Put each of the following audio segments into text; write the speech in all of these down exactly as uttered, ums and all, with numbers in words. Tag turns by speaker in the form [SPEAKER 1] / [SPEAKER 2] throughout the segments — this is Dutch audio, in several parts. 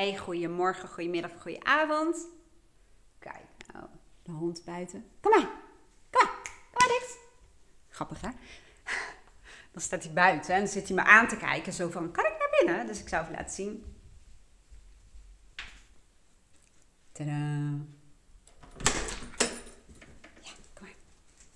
[SPEAKER 1] Hi, goedemorgen, goedemiddag, goedenavond. Kijk, nou, de hond buiten. Kom maar, kom maar, kom maar, Dix. Grappig, hè? Dan staat hij buiten en dan zit hij me aan te kijken. Zo van, kan ik naar binnen? Dus ik zou even laten zien. Tadaa. Ja, kom maar.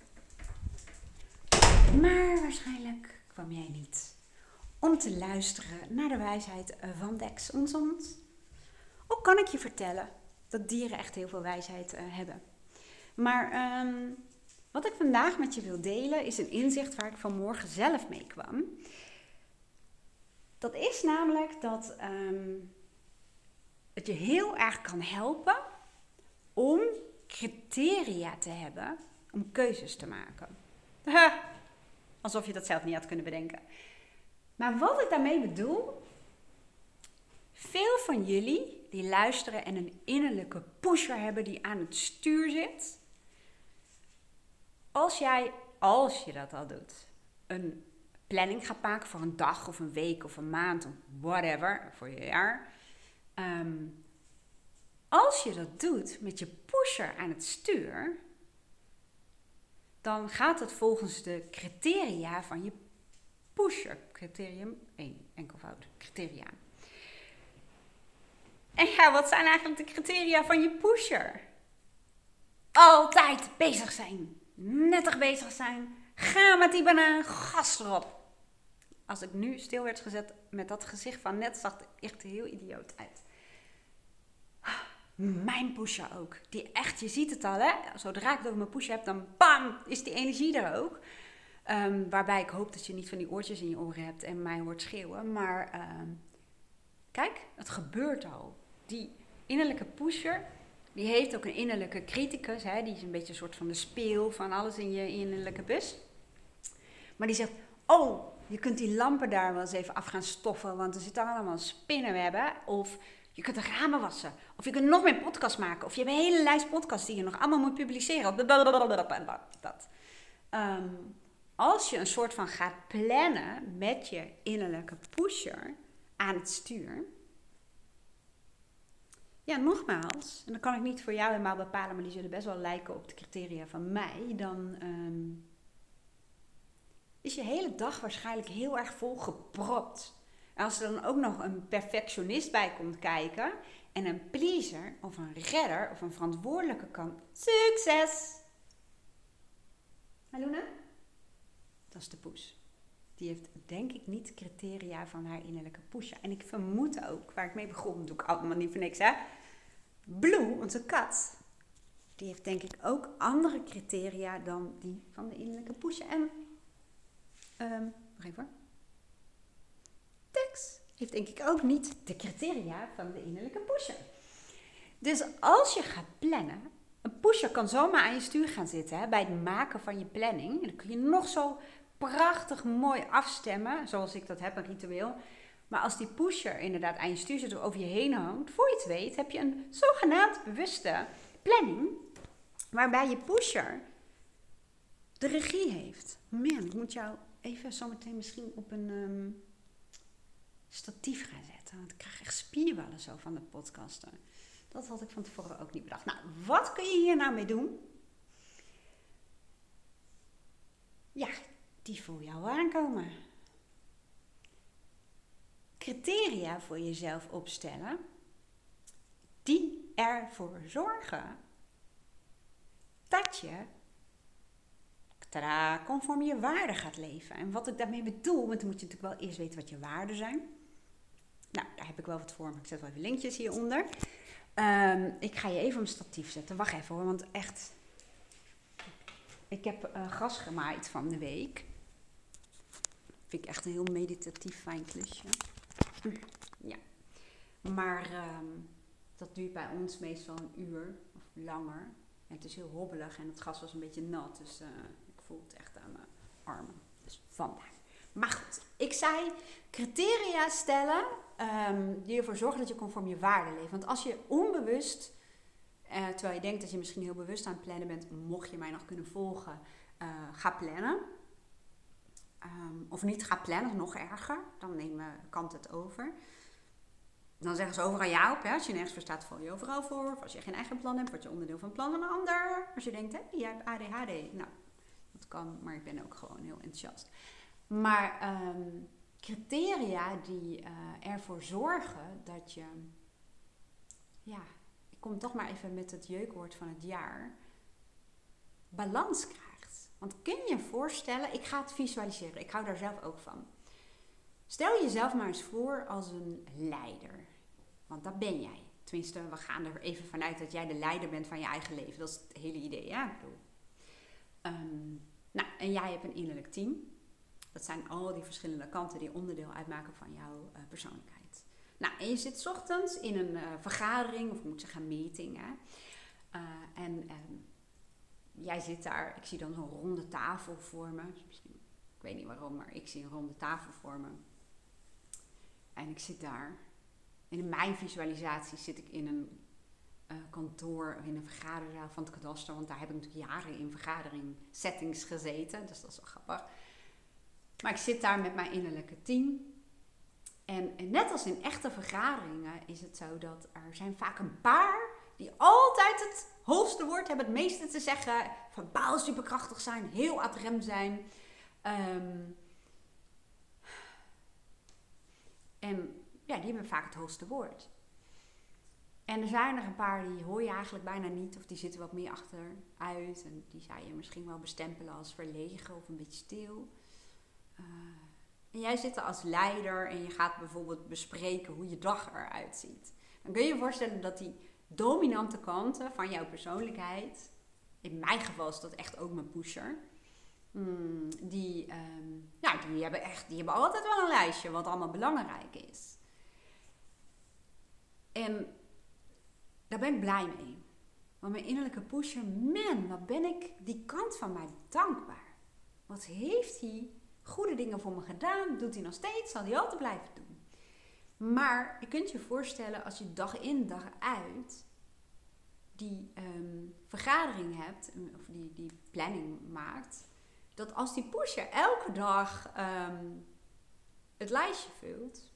[SPEAKER 1] Maar waarschijnlijk kwam jij niet om te luisteren naar de wijsheid van Dex, ons hond. Ook kan ik je vertellen dat dieren echt heel veel wijsheid uh, hebben. Maar um, wat ik vandaag met je wil delen is een inzicht waar ik vanmorgen zelf mee kwam. Dat is namelijk dat um, het je heel erg kan helpen om criteria te hebben om keuzes te maken. Alsof je dat zelf niet had kunnen bedenken. Maar wat ik daarmee bedoel, veel van jullie die luisteren en een innerlijke pusher hebben die aan het stuur zit. Als jij, als je dat al doet, een planning gaat maken voor een dag of een week of een maand of whatever, voor je jaar. Um, als je dat doet met je pusher aan het stuur, dan gaat het volgens de criteria van je pusher. Criterium één, enkelvoud, criteria. En ja, wat zijn eigenlijk de criteria van je pusher? Altijd bezig zijn. Nettig bezig zijn. Ga met die banaan, gas erop. Als ik nu stil werd gezet met dat gezicht van net, zag het echt heel idioot uit. Mijn pusher ook. Die echt, je ziet het al, hè. Zodra ik het over mijn pusher heb, dan bam, is die energie er ook. Um, waarbij ik hoop dat je niet van die oortjes in je oren hebt en mij hoort schreeuwen. Maar um, kijk, het gebeurt al. Die innerlijke pusher, die heeft ook een innerlijke criticus. Hè? Die is een beetje een soort van de speel van alles in je innerlijke bus. Maar die zegt, oh, je kunt die lampen daar wel eens even af gaan stoffen, want er zitten allemaal spinnenwebben. Of je kunt de ramen wassen. Of je kunt nog meer podcasts maken. Of je hebt een hele lijst podcasts die je nog allemaal moet publiceren. Dat. Um, als je een soort van gaat plannen met je innerlijke pusher aan het stuur. Ja, nogmaals, en dat kan ik niet voor jou helemaal bepalen, maar die zullen best wel lijken op de criteria van mij. Dan um, is je hele dag waarschijnlijk heel erg vol gepropt. En als er dan ook nog een perfectionist bij komt kijken en een pleaser of een redder of een verantwoordelijke kant. Succes! Haluna? Dat is de poes. Die heeft denk ik niet criteria van haar innerlijke pusher. En ik vermoed ook, waar ik mee begon, doe ik allemaal niet voor niks, hè. Blue, onze kat, die heeft denk ik ook andere criteria dan die van de innerlijke pusher. En, um, wacht even hoor. Dex heeft denk ik ook niet de criteria van de innerlijke pusher. Dus als je gaat plannen, een pusher kan zomaar aan je stuur gaan zitten, hè, bij het maken van je planning. En dan kun je nog zo prachtig mooi afstemmen, zoals ik dat heb, een ritueel. Maar als die pusher inderdaad aan je stuur zit of over je heen hangt, voor je het weet, heb je een zogenaamd bewuste planning, waarbij je pusher de regie heeft. Man, ik moet jou even zometeen misschien op een um, statief gaan zetten, want ik krijg echt spierballen zo van de podcasten. Dat had ik van tevoren ook niet bedacht. Nou, wat kun je hier nou mee doen? Ja, die voel jou aankomen. Criteria voor jezelf opstellen die ervoor zorgen dat je tada, conform je waarden gaat leven. En wat ik daarmee bedoel, want dan moet je natuurlijk wel eerst weten wat je waarden zijn. Nou, daar heb ik wel wat voor, maar ik zet wel even linkjes hieronder. Um, ik ga je even op een statief zetten. Wacht even hoor, want echt, ik heb uh, gras gemaaid van de week. Vind ik echt een heel meditatief fijn klusje. Ja. Maar um, dat duurt bij ons meestal een uur of langer. En het is heel hobbelig en het gras was een beetje nat. Dus uh, ik voel het echt aan mijn armen. Dus vandaar. Maar goed, ik zei criteria stellen um, die ervoor zorgen dat je conform je waarden leeft. Want als je onbewust, uh, terwijl je denkt dat je misschien heel bewust aan het plannen bent, mocht je mij nog kunnen volgen, uh, ga plannen. Um, of niet ga plannen, nog erger. Dan neemt mijn kant het over. dan zeggen ze overal ja op. Hè? Als je nergens voor staat, val je overal voor. Of als je geen eigen plan hebt, word je onderdeel van een plan van een ander. Als je denkt, hé, jij hebt A D H D. Nou, dat kan, maar ik ben ook gewoon heel enthousiast. Maar um, criteria die uh, ervoor zorgen dat je... Ja, ik kom toch maar even met het jeukwoord van het jaar. Balans krijgt. Want kun je je voorstellen, ik ga het visualiseren. Ik hou daar zelf ook van. Stel jezelf maar eens voor als een leider. Want dat ben jij. Tenminste, we gaan er even vanuit dat jij de leider bent van je eigen leven. Dat is het hele idee, ja. Ik bedoel. Um, nou, en jij hebt een innerlijk team. Dat zijn al die verschillende kanten die onderdeel uitmaken van jouw uh, persoonlijkheid. Nou, en je zit 's ochtends in een uh, vergadering, of ik moet zeggen meeting. Hè? Uh, en um, jij zit daar, ik zie dan een ronde tafel voor me. Misschien, ik weet niet waarom, maar ik zie een ronde tafel voor me. En ik zit daar. En in mijn visualisatie zit ik in een uh, kantoor, in een vergaderzaal van het kadaster. Want daar heb ik natuurlijk jaren in vergadering settings gezeten. Dus dat is wel grappig. Maar ik zit daar met mijn innerlijke team. En, en net als in echte vergaderingen is het zo dat er zijn vaak een paar die altijd het hoogste woord hebben, het meeste te zeggen, verbaal superkrachtig zijn, heel ad rem zijn. Um, en ja, die hebben vaak het hoogste woord. En er zijn er een paar die hoor je eigenlijk bijna niet, of die zitten wat meer achteruit. En die zou je misschien wel bestempelen als verlegen of een beetje stil. Uh, en jij zit er als leider en je gaat bijvoorbeeld bespreken hoe je dag eruit ziet. Dan kun je je voorstellen dat die dominante kanten van jouw persoonlijkheid, in mijn geval is dat echt ook mijn pusher, mm, die, um, ja, die, hebben echt, die hebben altijd wel een lijstje wat allemaal belangrijk is. En daar ben ik blij mee. Want mijn innerlijke pusher, man, wat ben ik die kant van mij dankbaar. Wat heeft hij goede dingen voor me gedaan, doet hij nog steeds, zal hij altijd blijven doen. Maar je kunt je voorstellen als je dag in, dag uit die um, vergadering hebt, of die, die planning maakt, dat als die pusher elke dag um, het lijstje vult,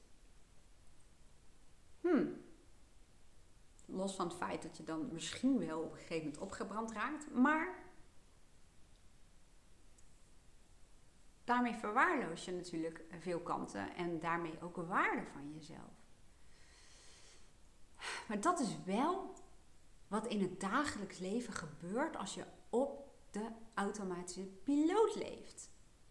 [SPEAKER 1] hmm, los van het feit dat je dan misschien wel op een gegeven moment opgebrand raakt, maar daarmee verwaarloos je natuurlijk veel kanten en daarmee ook een waarde van jezelf. Maar dat is wel wat in het dagelijks leven gebeurt als je op de automatische piloot leeft.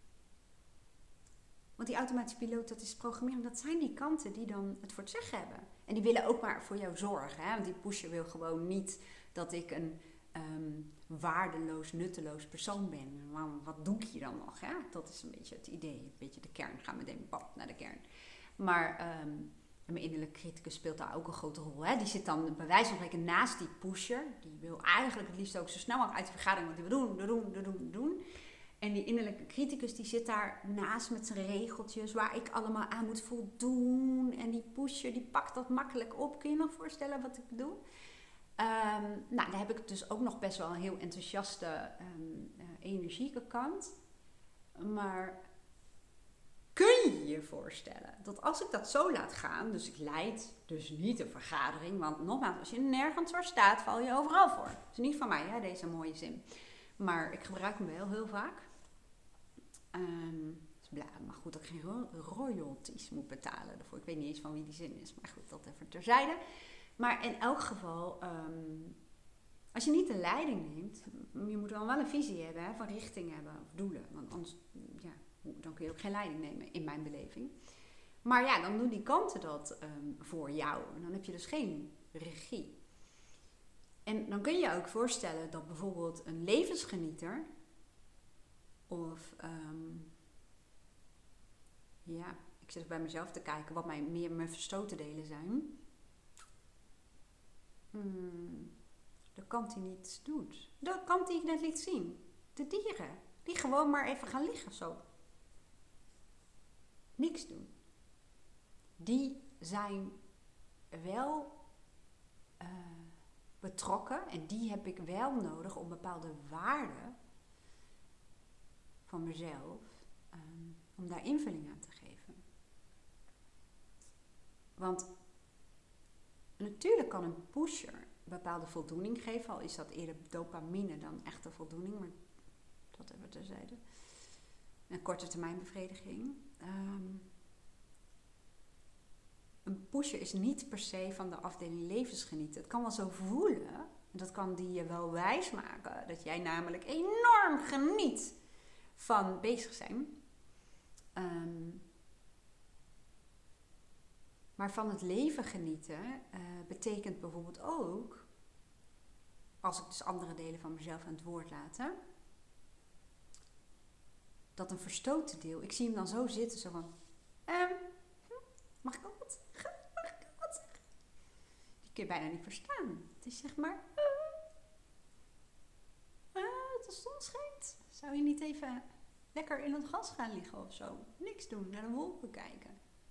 [SPEAKER 1] Want die automatische piloot, dat is programmering, dat zijn die kanten die dan het voor het zeggen hebben. En die willen ook maar voor jou zorgen. Hè? Want die pusher wil gewoon niet dat ik een um, waardeloos, nutteloos persoon ben. Maar wat doe ik hier dan nog? Hè? Dat is een beetje het idee, een beetje de kern. Gaan we meteen pap naar de kern. Maar um, mijn innerlijke criticus speelt daar ook een grote rol. Hè? Die zit dan bij wijze van spreken naast die pusher. Die wil eigenlijk het liefst ook zo snel mogelijk uit de vergadering wat die wil doen, doen, doen, doen, doen. En die innerlijke criticus die zit daar naast met zijn regeltjes waar ik allemaal aan moet voldoen. En die pusher die pakt dat makkelijk op. Kun je je nog voorstellen wat ik bedoel? Um, nou, daar heb ik dus ook nog best wel een heel enthousiaste, um, uh, energieke kant. Maar kun je je voorstellen dat als ik dat zo laat gaan, dus ik leid dus niet een vergadering, want nogmaals, als je nergens voor staat, val je overal voor. Dat is niet van mij, hè, deze mooie zin. Maar ik gebruik hem wel heel vaak. Um, maar goed dat ik geen royalties moet betalen daarvoor. Ik weet niet eens van wie die zin is, maar goed, dat even terzijde. Maar in elk geval, um, als je niet de leiding neemt, je moet dan wel een visie hebben, hè, van richting hebben of doelen. Want anders, ja, dan kun je ook geen leiding nemen, in mijn beleving. Maar ja, dan doen die kanten dat um, voor jou. En dan heb je dus geen regie. En dan kun je je ook voorstellen dat bijvoorbeeld een levensgenieter, of um, ja, ik zit bij mezelf te kijken wat mijn, meer mijn verstoten delen zijn. Hmm, de kant die niets doet. De kant die ik net liet zien. De dieren. Die gewoon maar even gaan liggen zo. Niks doen. Die zijn wel uh, betrokken. En die heb ik wel nodig om bepaalde waarden van mezelf, um, om daar invulling aan te geven. Want Natuurlijk kan een pusher bepaalde voldoening geven, al is dat eerder dopamine dan echte voldoening, maar dat hebben we terzijde. Een korte termijn bevrediging. Um, een pusher is niet per se van de afdeling levensgenieten. Het kan wel zo voelen, dat kan die je wel wijsmaken, dat jij namelijk enorm geniet van bezig zijn. Um, maar van het leven genieten uh, betekent bijvoorbeeld ook, als ik dus andere delen van mezelf aan het woord laat, hè, dat een verstoten deel, ik zie hem dan zo zitten, zo van, um, mag ik ook wat? Mag ik ook wat zeggen? Die kun je bijna niet verstaan. Het is zeg maar, uh, uh, de zon schijnt. Zou je niet even lekker in het gras gaan liggen of zo? Niks doen, naar de wolken kijken.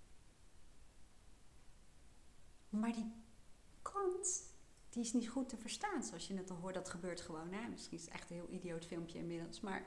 [SPEAKER 1] Maar die kant, die is niet goed te verstaan. Zoals je net al hoort, dat gebeurt gewoon. Hè? Misschien is het echt een heel idioot filmpje inmiddels. Maar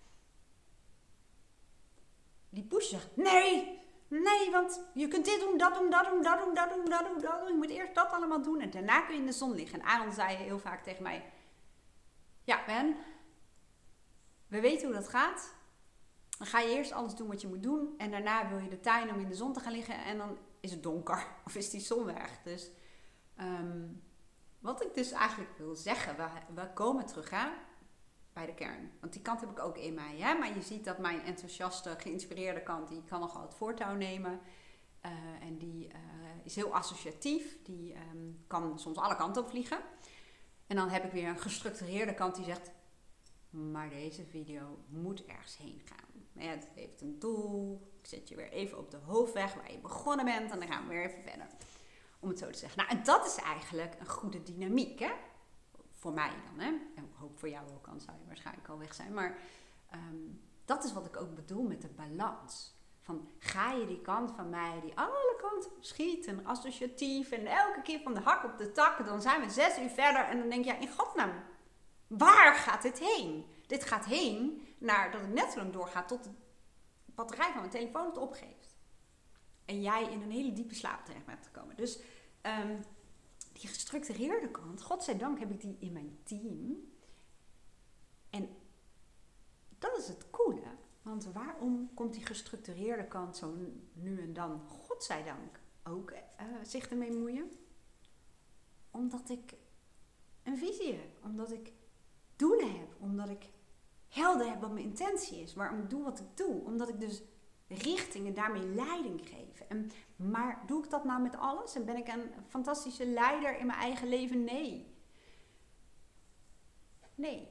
[SPEAKER 1] die push zegt, nee, nee, want je kunt dit doen, dat doen, dat doen, dat doen, dat doen, dat doen, dat doen. Je moet eerst dat allemaal doen en daarna kun je in de zon liggen. En Aaron zei heel vaak tegen mij, ja Ben, we weten hoe dat gaat. Dan ga je eerst alles doen wat je moet doen. En daarna wil je de tuin om in de zon te gaan liggen. En dan is het donker. Of is die zon weg. Dus um, wat ik dus eigenlijk wil zeggen. We, we komen terug hè, bij de kern. Want die kant heb ik ook in mij. Hè? Maar je ziet dat mijn enthousiaste, geïnspireerde kant. Die kan nogal het voortouw nemen. Uh, en die uh, is heel associatief. Die um, kan soms alle kanten op vliegen. En dan heb ik weer een gestructureerde kant die zegt, maar deze video moet ergens heen gaan. Ja, het heeft een doel. Ik zet je weer even op de hoofdweg waar je begonnen bent. En dan gaan we weer even verder. Om het zo te zeggen. Nou, en dat is eigenlijk een goede dynamiek. Hè? Voor mij dan. Hè? En ik hoop voor jou ook. Dan zou je waarschijnlijk al weg zijn. Maar um, dat is wat ik ook bedoel met de balans. Van, ga je die kant van mij die alle kanten schiet. En associatief. En elke keer van de hak op de tak. Dan zijn we zes uur verder. En dan denk je, ja, in godsnaam. Waar gaat dit heen? Dit gaat heen naar dat ik net zo lang doorga tot de batterij van mijn telefoon het opgeeft. En jij in een hele diepe slaap terecht bent gekomen. Dus um, die gestructureerde kant, godzijdank heb ik die in mijn team. En dat is het coole. Want waarom komt die gestructureerde kant zo nu en dan, godzijdank, ook uh, zich ermee moeien? Omdat ik een visie heb. Omdat ik doelen heb. Omdat ik helder heb wat mijn intentie is. Waarom ik doe wat ik doe. Omdat ik dus richting en daarmee leiding geef. En, maar doe ik dat nou met alles? En ben ik een fantastische leider in mijn eigen leven? Nee. Nee.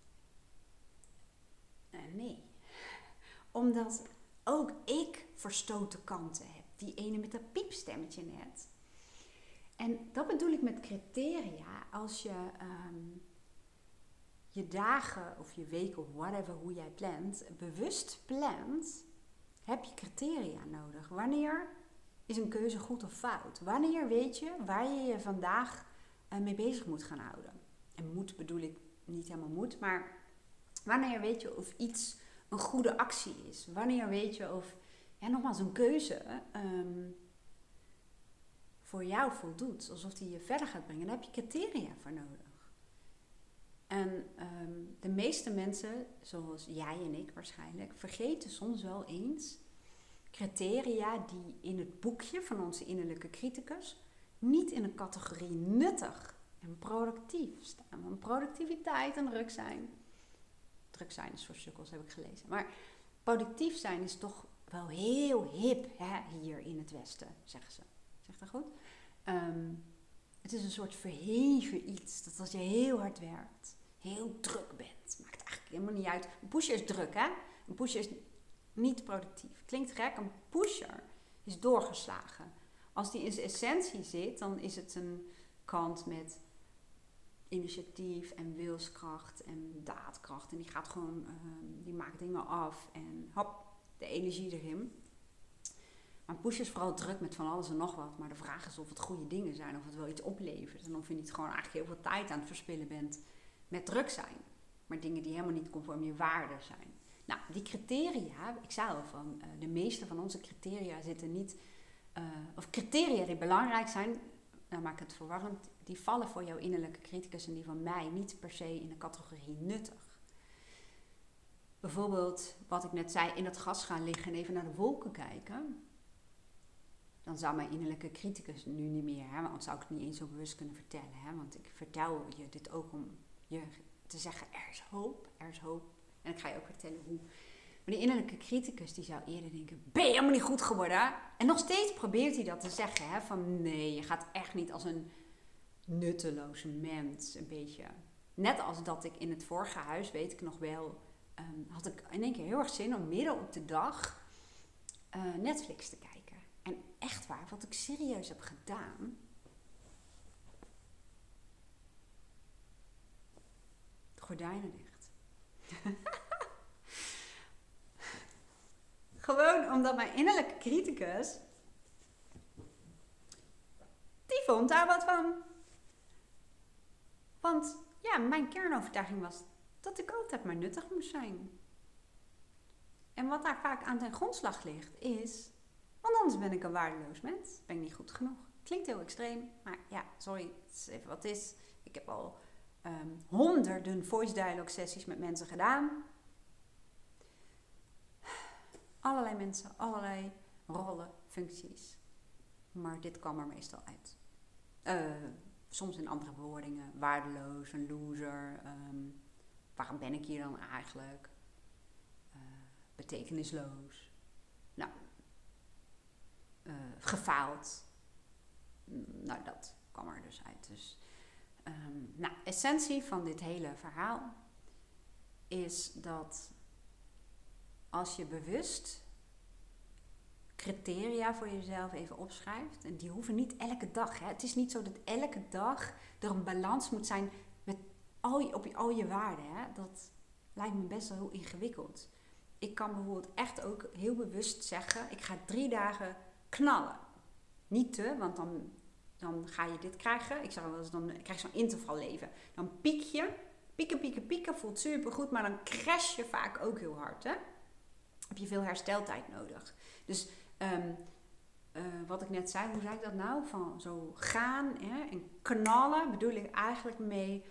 [SPEAKER 1] Uh, nee. Omdat ook ik verstoten kanten heb. Die ene met dat piepstemmetje net. En dat bedoel ik met criteria. Als je um, je dagen of je weken of whatever, hoe jij plant, bewust plant, heb je criteria nodig. Wanneer is een keuze goed of fout? Wanneer weet je waar je je vandaag uh, mee bezig moet gaan houden? En moet bedoel ik niet helemaal moet, maar wanneer weet je of iets een goede actie is? Wanneer weet je of, ja, nogmaals, een keuze um, voor jou voldoet, alsof die je verder gaat brengen? Daar heb je criteria voor nodig. En um, de meeste mensen, zoals jij en ik waarschijnlijk, vergeten soms wel eens criteria die in het boekje van onze innerlijke criticus niet in de categorie nuttig en productief staan. Want productiviteit en druk zijn, druk zijn is voor sukkels, heb ik gelezen. Maar productief zijn is toch wel heel hip hè, hier in het Westen, zeggen ze. Zeg dat goed? Um, het is een soort verheven iets, dat als je heel hard werkt, heel druk bent, maakt eigenlijk helemaal niet uit. Een pusher is druk, hè? Een pusher is niet productief. Klinkt gek, een pusher is doorgeslagen. Als die in zijn essentie zit, dan is het een kant met initiatief en wilskracht en daadkracht. En die gaat gewoon, uh, die maakt dingen af en hop, de energie erin. Maar een pusher is vooral druk met van alles en nog wat. Maar de vraag is of het goede dingen zijn, of het wel iets oplevert. En of je niet gewoon eigenlijk heel veel tijd aan het verspillen bent met druk zijn. Maar dingen die helemaal niet conform je waarden zijn. Nou, die criteria, ik zei al van, uh, de meeste van onze criteria zitten niet, uh, of criteria die belangrijk zijn, nou maak ik het verwarrend, die vallen voor jouw innerlijke criticus en die van mij niet per se in de categorie nuttig. Bijvoorbeeld, wat ik net zei, in het gas gaan liggen en even naar de wolken kijken. Dan zou mijn innerlijke criticus nu niet meer, hè, want anders zou ik het niet eens zo bewust kunnen vertellen. Hè, want ik vertel je dit ook om je te zeggen, er is hoop, er is hoop. En ik ga je ook vertellen hoe. Maar die innerlijke criticus die zou eerder denken, ben je helemaal niet goed geworden? En nog steeds probeert hij dat te zeggen. Hè, van nee, je gaat echt niet als een nutteloze mens. Een beetje. Net als dat ik in het vorige huis, weet ik nog wel, um, had ik in één keer heel erg zin om midden op de dag uh, Netflix te kijken. En echt waar, wat ik serieus heb gedaan. De gordijnen dicht. Gewoon omdat mijn innerlijke criticus, die vond daar wat van. Want ja, mijn kernovertuiging was dat ik altijd maar nuttig moest zijn. En wat daar vaak aan ten grondslag ligt is, want anders ben ik een waardeloos mens. Ben ik niet goed genoeg. Klinkt heel extreem, maar ja, sorry, het is even wat het is. Ik heb al um, honderden voice dialogue sessies met mensen gedaan. Allerlei mensen, allerlei rollen, functies. Maar dit kwam er meestal uit. Uh, soms in andere bewoordingen. Waardeloos, een loser. Um, waarom ben ik hier dan eigenlijk? Uh, betekenisloos. Nou, uh, gefaald. Nou, dat kwam er dus uit. Dus, um, nou, essentie van dit hele verhaal is dat als je bewust criteria voor jezelf even opschrijft, en die hoeven niet elke dag. Hè. Het is niet zo dat elke dag er een balans moet zijn met al je, op je, al je waarden. Hè. Dat lijkt me best wel heel ingewikkeld. Ik kan bijvoorbeeld echt ook heel bewust zeggen, ik ga drie dagen knallen. Niet te, want dan, dan ga je dit krijgen. Ik zeg wel eens, dan krijg je zo'n intervalleven. Dan piek je, pieken, pieken, pieken, voelt super goed, maar dan crash je vaak ook heel hard. Hè. Heb je veel hersteltijd nodig. Dus um, uh, wat ik net zei, hoe zei ik dat nou? Van zo gaan hè, en knallen bedoel ik eigenlijk mee.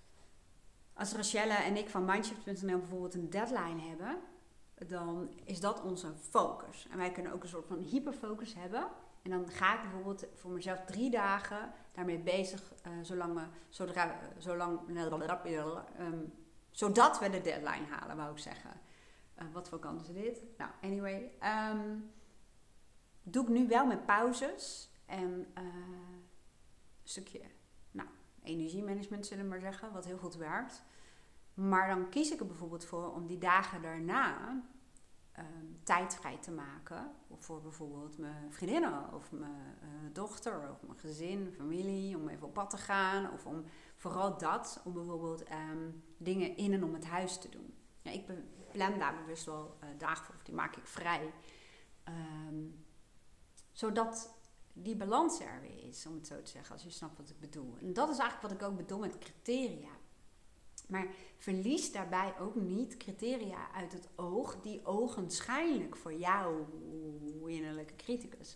[SPEAKER 1] Als Rachelle en ik van Mindshift punt n l bijvoorbeeld een deadline hebben, dan is dat onze focus. En wij kunnen ook een soort van hyperfocus hebben. En dan ga ik bijvoorbeeld voor mezelf drie dagen daarmee bezig, uh, zolang we, zodra, zolang, um, zodat we de deadline halen, wou ik zeggen. Uh, wat voor kans is dit? Nou, anyway. Um, doe ik nu wel met pauzes. En uh, een stukje nou, energiemanagement zullen we maar zeggen. Wat heel goed werkt. Maar dan kies ik er bijvoorbeeld voor om die dagen daarna um, tijd vrij te maken. Voor bijvoorbeeld mijn vriendinnen. Of mijn uh, dochter. Of mijn gezin, familie. Om even op pad te gaan. Of om vooral dat. Om bijvoorbeeld um, dingen in en om het huis te doen. Ja, ik ben... plan daar bewust wel uh, dagen voor, of die maak ik vrij. Um, zodat die balans er weer is, om het zo te zeggen, als je snapt wat ik bedoel. En dat is eigenlijk wat ik ook bedoel met criteria. Maar verlies daarbij ook niet criteria uit het oog, die ogenschijnlijk voor jou, innerlijke criticus,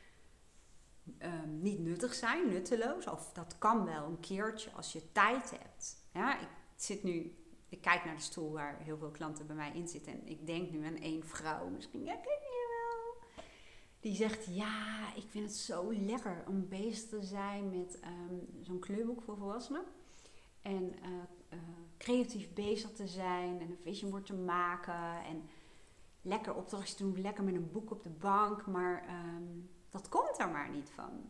[SPEAKER 1] um, niet nuttig zijn, nutteloos. Of dat kan wel een keertje als je tijd hebt. Ja, ik zit nu... Ik kijk naar de stoel waar heel veel klanten bij mij in zitten. En ik denk nu aan één vrouw. Misschien, ja, ken je wel. Die zegt, ja, ik vind het zo lekker om bezig te zijn met um, zo'n kleurboek voor volwassenen. En uh, uh, creatief bezig te zijn. En een vision board te maken. En lekker opdrachtjes doen. Lekker met een boek op de bank. Maar um, dat komt er maar niet van.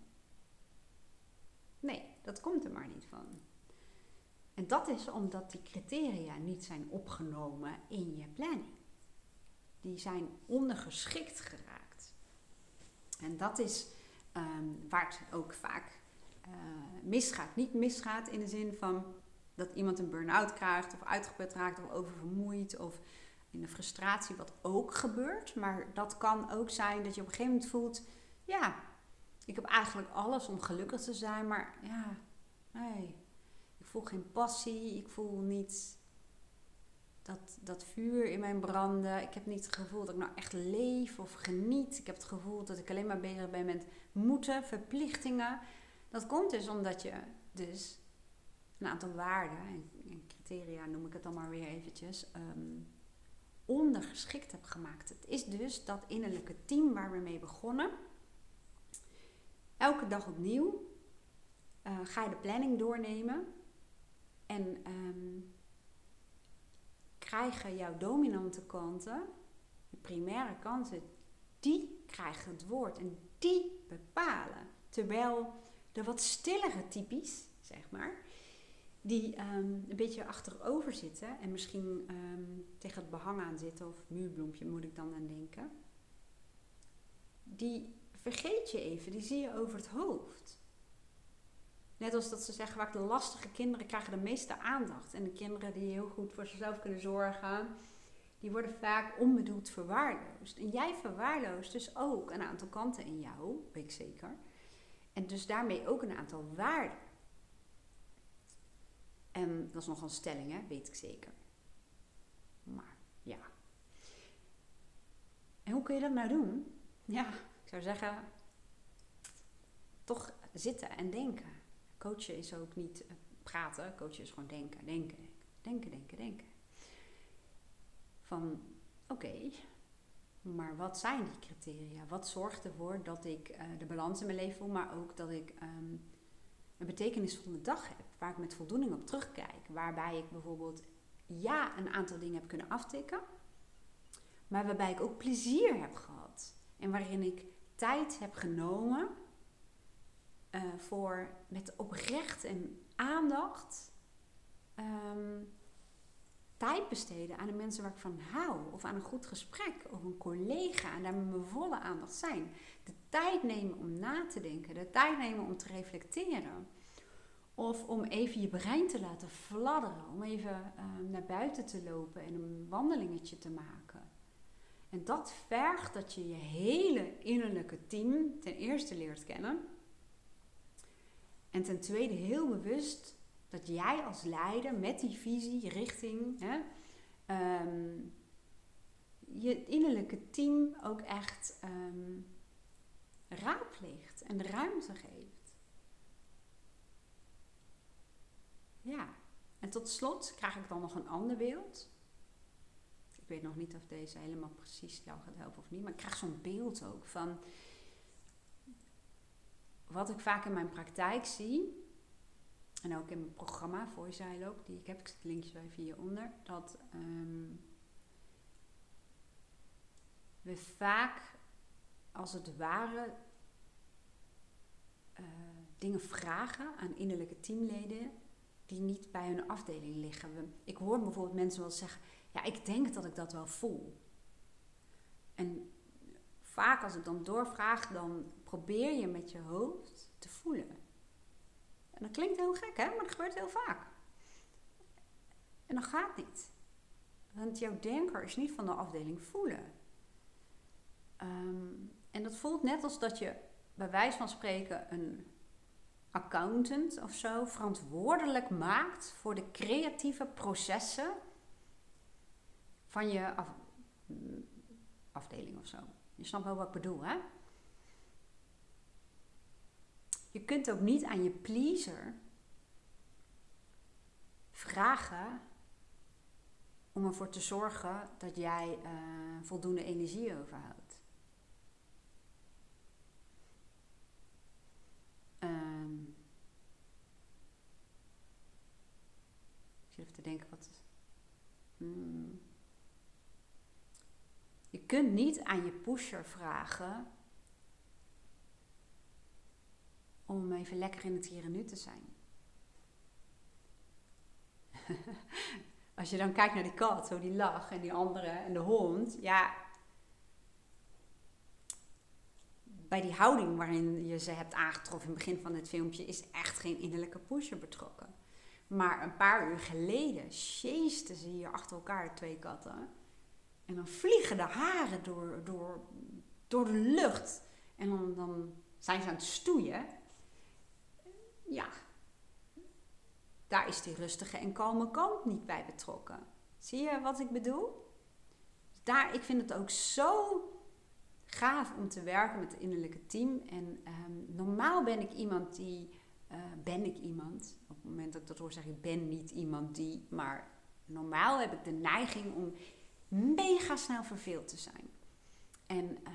[SPEAKER 1] Nee, dat komt er maar niet van. En dat is omdat die criteria niet zijn opgenomen in je planning. Die zijn ondergeschikt geraakt. En dat is um, waar het ook vaak uh, misgaat. Niet misgaat in de zin van dat iemand een burn-out krijgt of uitgeput raakt of oververmoeid of in de frustratie, wat ook gebeurt. Maar dat kan ook zijn dat je op een gegeven moment voelt, ja, ik heb eigenlijk alles om gelukkig te zijn, maar ja, nee. Ik voel geen passie, ik voel niet dat, dat vuur in mijn branden. Ik heb niet het gevoel dat ik nou echt leef of geniet. Ik heb het gevoel dat ik alleen maar bezig ben met moeten, verplichtingen. Dat komt dus omdat je dus een aantal waarden en, en criteria, noem ik het dan maar weer eventjes, um, ondergeschikt hebt gemaakt. Het is dus dat innerlijke team waar we mee begonnen. Elke dag opnieuw uh, ga je de planning doornemen en um, krijgen jouw dominante kanten, de primaire kanten, die krijgen het woord en die bepalen. Terwijl de wat stillere typies, zeg maar, die um, een beetje achterover zitten en misschien um, tegen het behang aan zitten, of muurbloempje moet ik dan aan denken, die vergeet je even, die zie je over het hoofd. Net als dat ze zeggen, vaak de lastige kinderen krijgen de meeste aandacht. En de kinderen die heel goed voor zichzelf kunnen zorgen, die worden vaak onbedoeld verwaarloosd. En jij verwaarloost dus ook een aantal kanten in jou, weet ik zeker. En dus daarmee ook een aantal waarden. En dat is nog een stelling, hè? Weet ik zeker. Maar ja. En hoe kun je dat nou doen? Ja, ik zou zeggen, toch zitten en denken. Coachen is ook niet praten, coachen is gewoon denken, denken, denken, denken, denken. Van, oké, okay, maar wat zijn die criteria? Wat zorgt ervoor dat ik uh, de balans in mijn leven voel, maar ook dat ik um, een betekenisvolle dag heb, waar ik met voldoening op terugkijk, waarbij ik bijvoorbeeld ja een aantal dingen heb kunnen aftikken, maar waarbij ik ook plezier heb gehad en waarin ik tijd heb genomen uh, voor met oprecht en aandacht um, tijd besteden aan de mensen waar ik van hou, of aan een goed gesprek, of een collega, en daar met mijn volle aandacht zijn. De tijd nemen om na te denken, de tijd nemen om te reflecteren. Of om even je brein te laten fladderen, om even uh, naar buiten te lopen en een wandelingetje te maken. En dat vergt dat je je hele innerlijke team ten eerste leert kennen. En ten tweede heel bewust dat jij als leider met die visie, richting, hè, um, je innerlijke team ook echt um, raadpleegt en de ruimte geeft. Ja, en tot slot krijg ik dan nog een ander beeld. Ik weet nog niet of deze helemaal precies jou gaat helpen of niet, maar ik krijg zo'n beeld ook van wat ik vaak in mijn praktijk zie. En ook in mijn programma, Voice Dialogue, die ik heb, ik zet het linkje zo even hieronder, dat um, we vaak als het ware uh, dingen vragen aan innerlijke teamleden die niet bij hun afdeling liggen. We, ik hoor bijvoorbeeld mensen wel zeggen, ja, ik denk dat ik dat wel voel. En vaak als ik dan doorvraag, dan probeer je met je hoofd te voelen. En dat klinkt heel gek, hè? Maar dat gebeurt heel vaak. En dat gaat niet. Want jouw denker is niet van de afdeling voelen. Um, en dat voelt net als dat je bij wijze van spreken een accountant of zo verantwoordelijk maakt voor de creatieve processen van je af, afdeling of zo. Je snapt wel wat ik bedoel, hè? Je kunt ook niet aan je pleaser vragen om ervoor te zorgen dat jij uh, voldoende energie overhoudt. Um, ik zit even te denken wat... Hmm. Je kunt niet aan je pusher vragen om even lekker in het hier en nu te zijn. Als je dan kijkt naar die kat, zo die lach en die andere en de hond. Ja, bij die houding waarin je ze hebt aangetroffen in het begin van dit filmpje is echt geen innerlijke pusher betrokken. Maar een paar uur geleden sjeesten ze hier achter elkaar, twee katten. En dan vliegen de haren door, door, door de lucht. En dan, dan zijn ze aan het stoeien. Ja, daar is die rustige en kalme kant niet bij betrokken. Zie je wat ik bedoel? Daar, ik vind het ook zo gaaf om te werken met het innerlijke team. En um, normaal ben ik iemand die uh, ben ik iemand? Op het moment dat ik dat hoor, zeg ik ben niet iemand die, maar normaal heb ik de neiging om mega snel verveeld te zijn. En uh,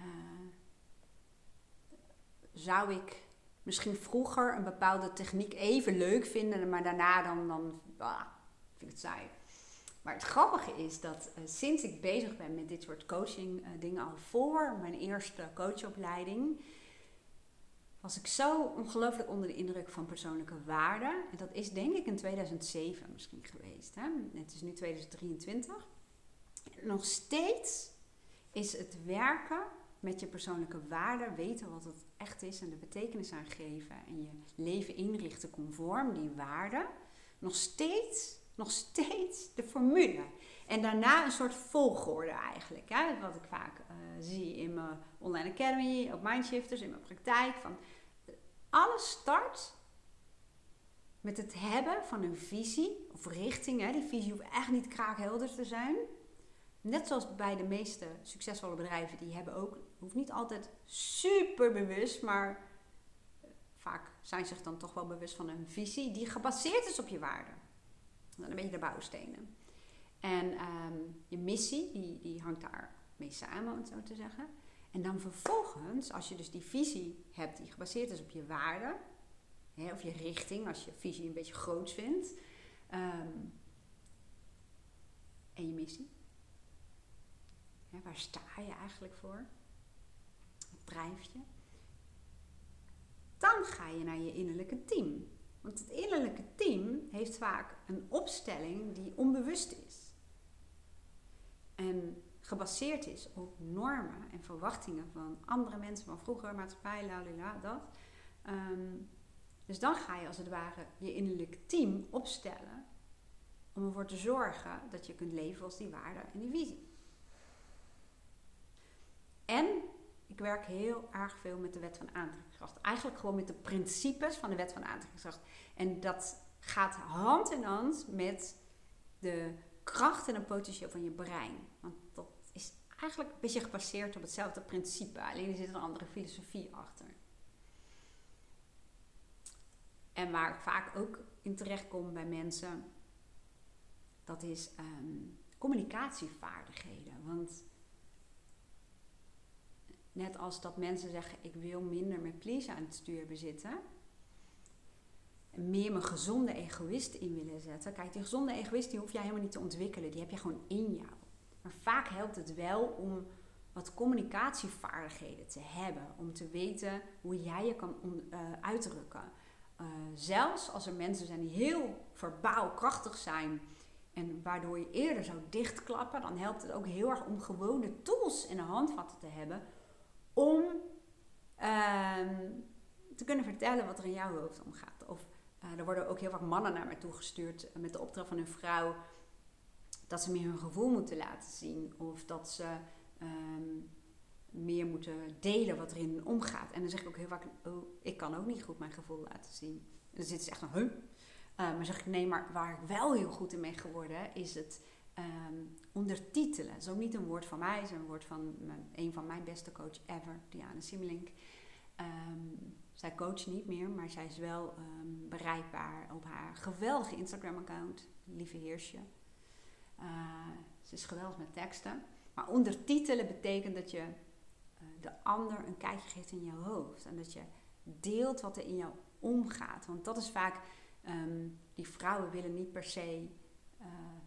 [SPEAKER 1] zou ik misschien vroeger een bepaalde techniek even leuk vinden, maar daarna dan, dan ah, vind ik het saai. Maar het grappige is dat uh, sinds ik bezig ben met dit soort coaching uh, dingen, al voor mijn eerste coachopleiding, was ik zo ongelooflijk onder de indruk van persoonlijke waarden. En dat is denk ik in tweeduizend zeven misschien geweest. Hè? Het is nu tweeduizend drieëntwintig. En nog steeds is het werken met je persoonlijke waarden, weten wat het echt is en de betekenis aan geven en je leven inrichten conform die waarden, nog steeds, nog steeds de formule. En daarna een soort volgorde eigenlijk. Hè? Wat ik vaak uh, zie in mijn online academy, op Mindshifters, in mijn praktijk. Van, alles start met het hebben van een visie of richting. Hè? Die visie hoeft echt niet kraakhelder te zijn. Net zoals bij de meeste succesvolle bedrijven, die hebben ook, hoeft niet altijd super bewust, maar vaak zijn ze zich dan toch wel bewust van een visie die gebaseerd is op je waarden. Dan een beetje de bouwstenen. En um, je missie, die, die hangt daar mee samen, om het zo te zeggen. En dan vervolgens, als je dus die visie hebt die gebaseerd is op je waarden, hè, of je richting, als je visie een beetje groots vindt, um, en je missie. Ja, waar sta je eigenlijk voor? Wat drijft je? Dan ga je naar je innerlijke team. Want het innerlijke team heeft vaak een opstelling die onbewust is. En gebaseerd is op normen en verwachtingen van andere mensen van vroeger, maatschappij, lalala, dat. Um, dus dan ga je als het ware je innerlijke team opstellen om ervoor te zorgen dat je kunt leven als die waarden en die visie. En ik werk heel erg veel met de wet van aantrekkingskracht. Eigenlijk gewoon met de principes van de wet van aantrekkingskracht. En dat gaat hand in hand met de kracht en het potentieel van je brein. Want dat is eigenlijk een beetje gebaseerd op hetzelfde principe. Alleen er zit een andere filosofie achter. En waar ik vaak ook in terecht kom bij mensen, dat is um, communicatievaardigheden. Want net als dat mensen zeggen, ik wil minder met please aan het stuur bezitten. En meer mijn gezonde egoïst in willen zetten. Kijk, die gezonde egoïst die hoef jij helemaal niet te ontwikkelen. Die heb je gewoon in jou. Maar vaak helpt het wel om wat communicatievaardigheden te hebben. Om te weten hoe jij je kan on, uh, uitdrukken. Uh, zelfs als er mensen zijn die heel verbaal krachtig zijn. En waardoor je eerder zou dichtklappen. Dan helpt het ook heel erg om gewone tools in de handvatten te hebben. Om uh, te kunnen vertellen wat er in jouw hoofd omgaat. Of uh, er worden ook heel vaak mannen naar mij toegestuurd uh, met de opdracht van hun vrouw dat ze meer hun gevoel moeten laten zien. Of dat ze um, meer moeten delen wat er in hen omgaat. En dan zeg ik ook heel vaak, oh, ik kan ook niet goed mijn gevoel laten zien. En dan zitten ze echt van, huh? Uh, maar zeg ik, nee, maar waar ik wel heel goed in ben geworden, is het Um, ondertitelen. Dat is ook niet een woord van mij, het is een woord van mijn, een van mijn beste coach ever, Diana Simmelink. Um, zij coacht niet meer, maar zij is wel um, bereikbaar op haar geweldige Instagram-account, Lieve Heersje. Uh, ze is geweldig met teksten. Maar ondertitelen betekent dat je uh, de ander een kijkje geeft in jouw hoofd. En dat je deelt wat er in jou omgaat. Want dat is vaak, um, die vrouwen willen niet per se Uh,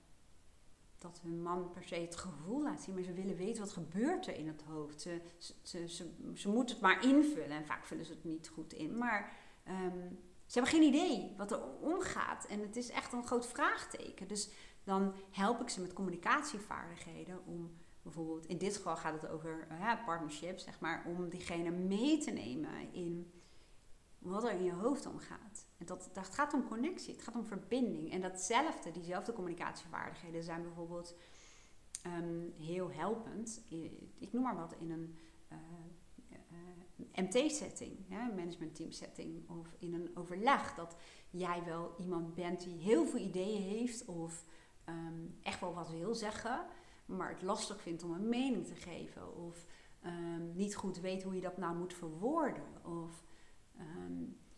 [SPEAKER 1] dat hun man per se het gevoel laat zien, maar ze willen weten wat gebeurt er in het hoofd. Ze, ze, ze, ze moeten het maar invullen en vaak vullen ze het niet goed in. Maar um, ze hebben geen idee wat er omgaat en het is echt een groot vraagteken. Dus dan help ik ze met communicatievaardigheden om bijvoorbeeld, in dit geval gaat het over uh, partnerships, zeg maar, om diegene mee te nemen in wat er in je hoofd omgaat. En dat, dat gaat om connectie, het gaat om verbinding. En datzelfde, diezelfde communicatievaardigheden zijn bijvoorbeeld um, heel helpend. Ik noem maar wat in een uh, uh, M T-setting, ja, een management-team setting. Of in een overleg dat jij wel iemand bent die heel veel ideeën heeft of um, echt wel wat wil zeggen, maar het lastig vindt om een mening te geven. Of um, niet goed weet hoe je dat nou moet verwoorden. Of Um,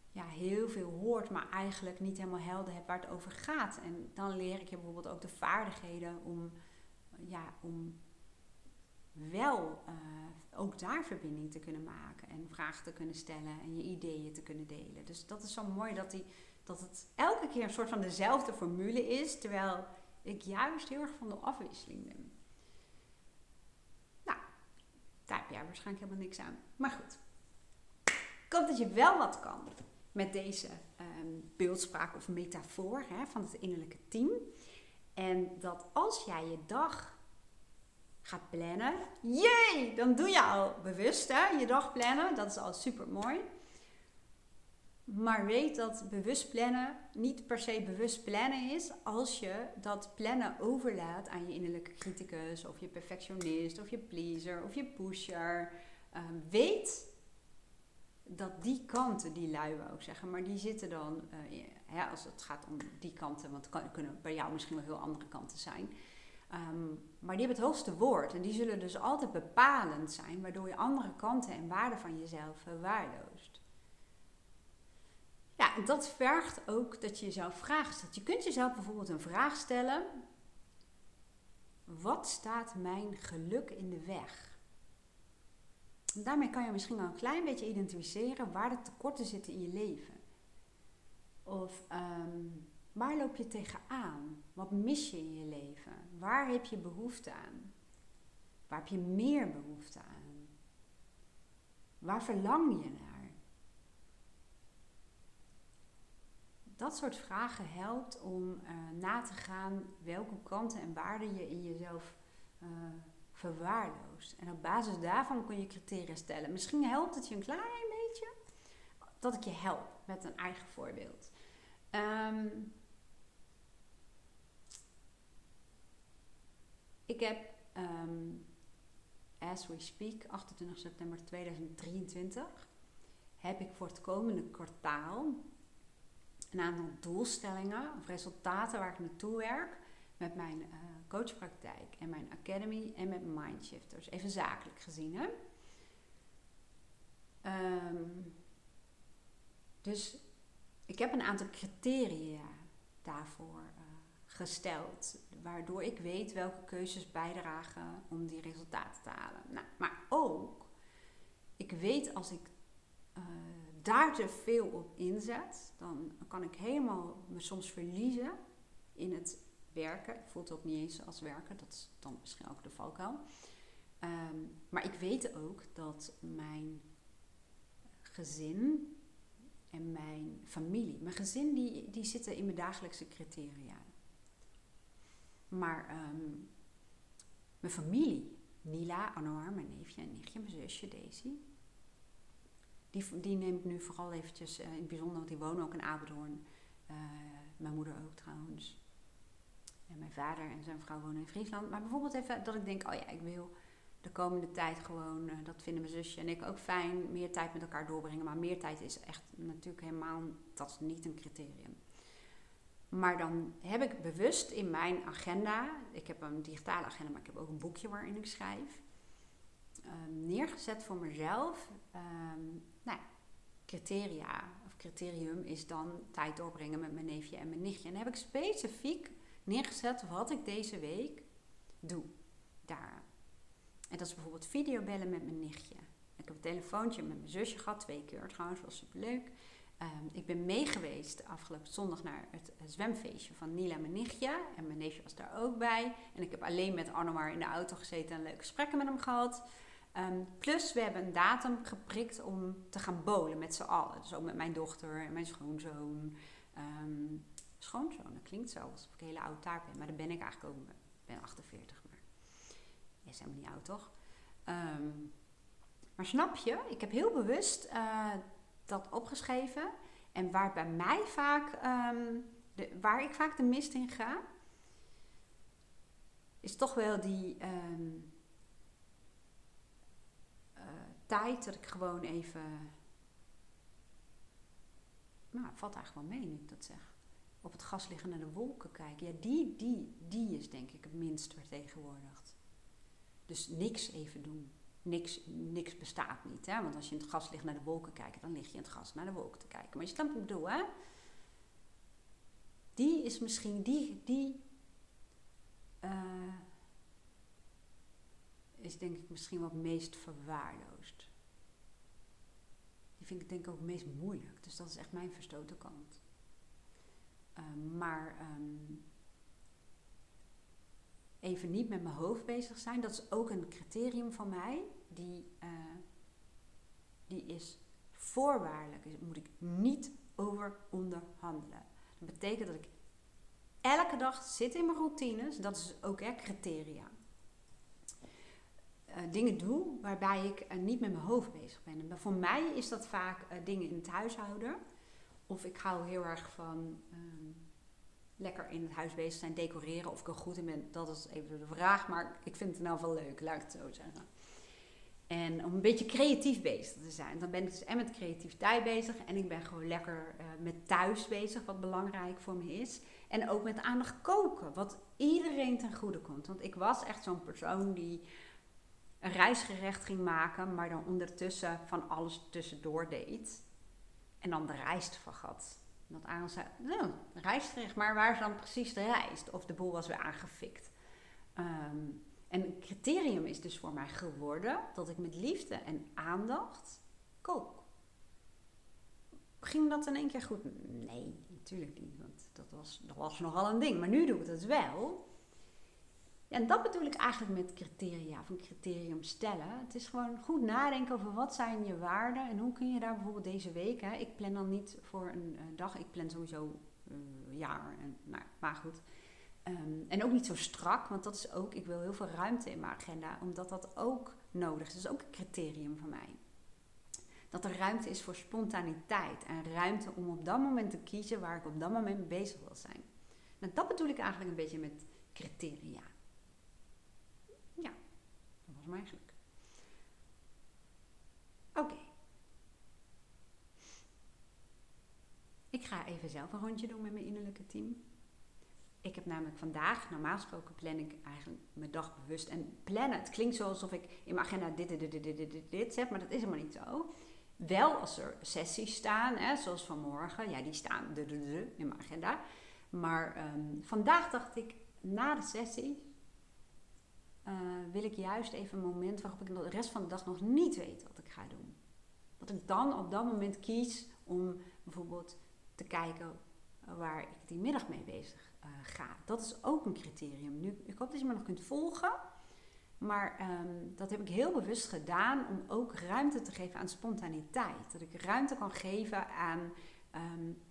[SPEAKER 1] ja, heel veel hoort, maar eigenlijk niet helemaal helder hebt waar het over gaat. En dan leer ik je bijvoorbeeld ook de vaardigheden om, ja, om wel uh, ook daar verbinding te kunnen maken en vragen te kunnen stellen en je ideeën te kunnen delen. Dus dat is zo mooi dat, die, dat het elke keer een soort van dezelfde formule is, terwijl ik juist heel erg van de afwisseling ben. Nou, daar heb jij waarschijnlijk helemaal niks aan. Maar goed, ik hoop dat je wel wat kan met deze um, beeldspraak of metafoor, hè, van het innerlijke team. En dat als jij je dag gaat plannen, jee, dan doe je al bewust, hè, je dag plannen. Dat is al super mooi. Maar weet dat bewust plannen niet per se bewust plannen is als je dat plannen overlaat aan je innerlijke criticus of je perfectionist of je pleaser of je pusher. Um, weet dat die kanten, die lui wou ik zeggen, maar die zitten dan, uh, ja, als het gaat om die kanten, want het kunnen bij jou misschien wel heel andere kanten zijn. Um, maar die hebben het hoogste woord en die zullen dus altijd bepalend zijn, waardoor je andere kanten en waarden van jezelf verwaarloost. Ja, en dat vergt ook dat je jezelf vragen stelt. Je kunt jezelf bijvoorbeeld een vraag stellen: wat staat mijn geluk in de weg? En daarmee kan je misschien wel een klein beetje identificeren waar de tekorten zitten in je leven. Of um, waar loop je tegenaan? Wat mis je in je leven? Waar heb je behoefte aan? Waar heb je meer behoefte aan? Waar verlang je naar? Dat soort vragen helpt om uh, na te gaan welke kanten en waarden je in jezelf uh, verwaarloost. En op basis daarvan kun je criteria stellen. Misschien helpt het je een klein beetje dat ik je help met een eigen voorbeeld. Um, ik heb, um, as we speak, achtentwintig september tweeduizend drieëntwintig, heb ik voor het komende kwartaal een aantal doelstellingen of resultaten waar ik naartoe werk met mijn uh, coachpraktijk en mijn academy en met Mindshifters. Even zakelijk gezien, hè. Um, dus ik heb een aantal criteria daarvoor uh, gesteld, waardoor ik weet welke keuzes bijdragen om die resultaten te halen. Nou, maar ook, ik weet als ik uh, daar te veel op inzet, dan kan ik helemaal me soms verliezen in het werken. Ik voel het ook niet eens als werken, dat is dan misschien ook de valkuil. Um, maar ik weet ook dat mijn gezin en mijn familie, mijn gezin die, die zitten in mijn dagelijkse criteria. Maar um, mijn familie, Nila, Anouar, mijn neefje en nichtje, mijn zusje Daisy, Die, die neem ik nu vooral eventjes uh, in het bijzonder, want die wonen ook in Apeldoorn. Uh, mijn moeder ook trouwens. En mijn vader en zijn vrouw wonen in Friesland. Maar bijvoorbeeld even dat ik denk, oh ja, ik wil de komende tijd gewoon, uh, dat vinden mijn zusje en ik ook fijn, meer tijd met elkaar doorbrengen. Maar meer tijd is echt natuurlijk helemaal, dat is niet een criterium. Maar dan heb ik bewust in mijn agenda, ik heb een digitale agenda, maar ik heb ook een boekje waarin ik schrijf, Um, neergezet voor mezelf. Um, nou, criteria of criterium is dan tijd doorbrengen met mijn neefje en mijn nichtje. En dan heb ik specifiek neergezet wat ik deze week doe daar. En dat is bijvoorbeeld videobellen met mijn nichtje. Ik heb een telefoontje met mijn zusje gehad, twee keer trouwens, was superleuk. Um, ik ben meegeweest afgelopen zondag naar het zwemfeestje van Nila, mijn nichtje. En mijn neefje was daar ook bij. En ik heb alleen met Anouar in de auto gezeten en leuke gesprekken met hem gehad. Um, plus, we hebben een datum geprikt om te gaan bowlen met z'n allen. Dus ook met mijn dochter en mijn schoonzoon. Um, schoonzoon, dat klinkt zo alsof ik een hele oude taart ben. Maar dat ben ik eigenlijk ook. Ik ben achtenveertig, maar jij is helemaal niet oud, toch? Um, maar snap je, ik heb heel bewust uh, dat opgeschreven. En waar bij mij vaak, um, de, waar ik vaak de mist in ga, is toch wel die Um, tijd dat ik gewoon even, nou, het valt eigenlijk wel mee nu ik dat zeg, op het gas liggen naar de wolken kijken. Ja, die, die, die is denk ik het minst vertegenwoordigd. Dus niks even doen. niks, niks bestaat niet. Hè? Want als je in het gas ligt naar de wolken kijken, dan lig je in het gas naar de wolken te kijken. Maar je snapt wat ik bedoel, hè? Die is misschien, die, die uh, is denk ik misschien wat meest verwaarloosd. Die vind ik denk ik ook het meest moeilijk. Dus dat is echt mijn verstoten kant. Uh, maar um, even niet met mijn hoofd bezig zijn, dat is ook een criterium van mij. Die, uh, die is voorwaardelijk. Daar moet ik niet over onderhandelen. Dat betekent dat ik elke dag zit in mijn routines. Dat is ook hè, criteria. Uh, dingen doe waarbij ik uh, niet met mijn hoofd bezig ben. En voor mij is dat vaak uh, dingen in het huishouden. Of ik hou heel erg van um, lekker in het huis bezig zijn, decoreren. Of ik er goed in ben, dat is even de vraag. Maar ik vind het nou wel leuk, laat ik het zo zeggen. En om een beetje creatief bezig te zijn. Dan ben ik dus en met creativiteit bezig. En ik ben gewoon lekker uh, met thuis bezig, wat belangrijk voor me is. En ook met aandacht koken, wat iedereen ten goede komt. Want ik was echt zo'n persoon die een reisgerecht ging maken, maar dan ondertussen van alles tussendoor deed. En dan de rijst vergat. En dat Aaron zei, nou, rijstgerecht, maar waar is dan precies de rijst? Of de boel was weer aangefikt. Um, en een criterium is dus voor mij geworden dat ik met liefde en aandacht kook. Ging dat in één keer goed? Nee, natuurlijk niet, want dat was, dat was nogal een ding. Maar nu doe ik het wel. Ja, en dat bedoel ik eigenlijk met criteria, of een criterium stellen. Het is gewoon goed nadenken over wat zijn je waarden en hoe kun je daar bijvoorbeeld deze week, hè, ik plan dan niet voor een uh, dag, ik plan sowieso een uh, jaar, en, nou, maar goed. Um, en ook niet zo strak, want dat is ook, ik wil heel veel ruimte in mijn agenda, omdat dat ook nodig is. Dat is ook een criterium van mij. Dat er ruimte is voor spontaniteit en ruimte om op dat moment te kiezen waar ik op dat moment mee bezig wil zijn. Nou, dat bedoel ik eigenlijk een beetje met criteria. Ja, dat was hem eigenlijk. Oké. Okay. Ik ga even zelf een rondje doen met mijn innerlijke team. Ik heb namelijk vandaag, normaal gesproken plan ik eigenlijk mijn dag bewust. En plannen, het klinkt zo alsof ik in mijn agenda dit, dit, dit, dit, dit, dit, dit zet, maar dat is helemaal niet zo. Wel als er sessies staan, hè, zoals vanmorgen, ja die staan de, de, de, in mijn agenda. Maar um, vandaag dacht ik, na de sessie uh, wil ik juist even een moment waarop ik de rest van de dag nog niet weet wat ik ga doen. Dat ik dan op dat moment kies om bijvoorbeeld te kijken waar ik die middag mee bezig uh, ga. Dat is ook een criterium. Nu, ik hoop dat je me nog kunt volgen. Maar um, dat heb ik heel bewust gedaan om ook ruimte te geven aan spontaniteit. Dat ik ruimte kan geven aan um,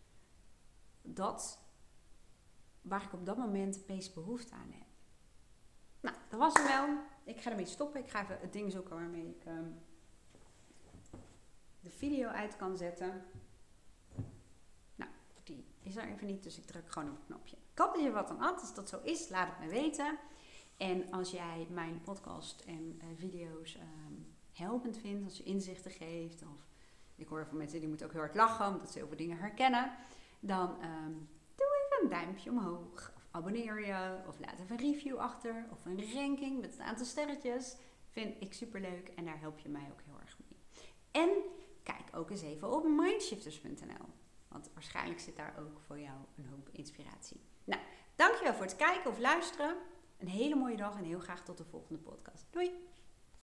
[SPEAKER 1] dat waar ik op dat moment het meest behoefte aan heb. Nou, dat was hem wel. Ik ga ermee stoppen. Ik ga even het ding zoeken waarmee ik um, de video uit kan zetten. Nou, die is er even niet, dus ik druk gewoon op het knopje. Ik hoop dat je wat aan had. Als dat zo is, laat het me weten. En als jij mijn podcast en uh, video's um, helpend vindt, als je inzichten geeft, of ik hoor van mensen die moeten ook heel hard lachen, omdat ze heel veel dingen herkennen, dan um, doe even een duimpje omhoog, of abonneer je, of laat even een review achter, of een ranking met een aantal sterretjes. Vind ik superleuk en daar help je mij ook heel erg mee. En kijk ook eens even op mindshifters punt n l, want waarschijnlijk zit daar ook voor jou een hoop inspiratie. Nou, dankjewel voor het kijken of luisteren. Een hele mooie dag en heel graag tot de volgende podcast. Doei!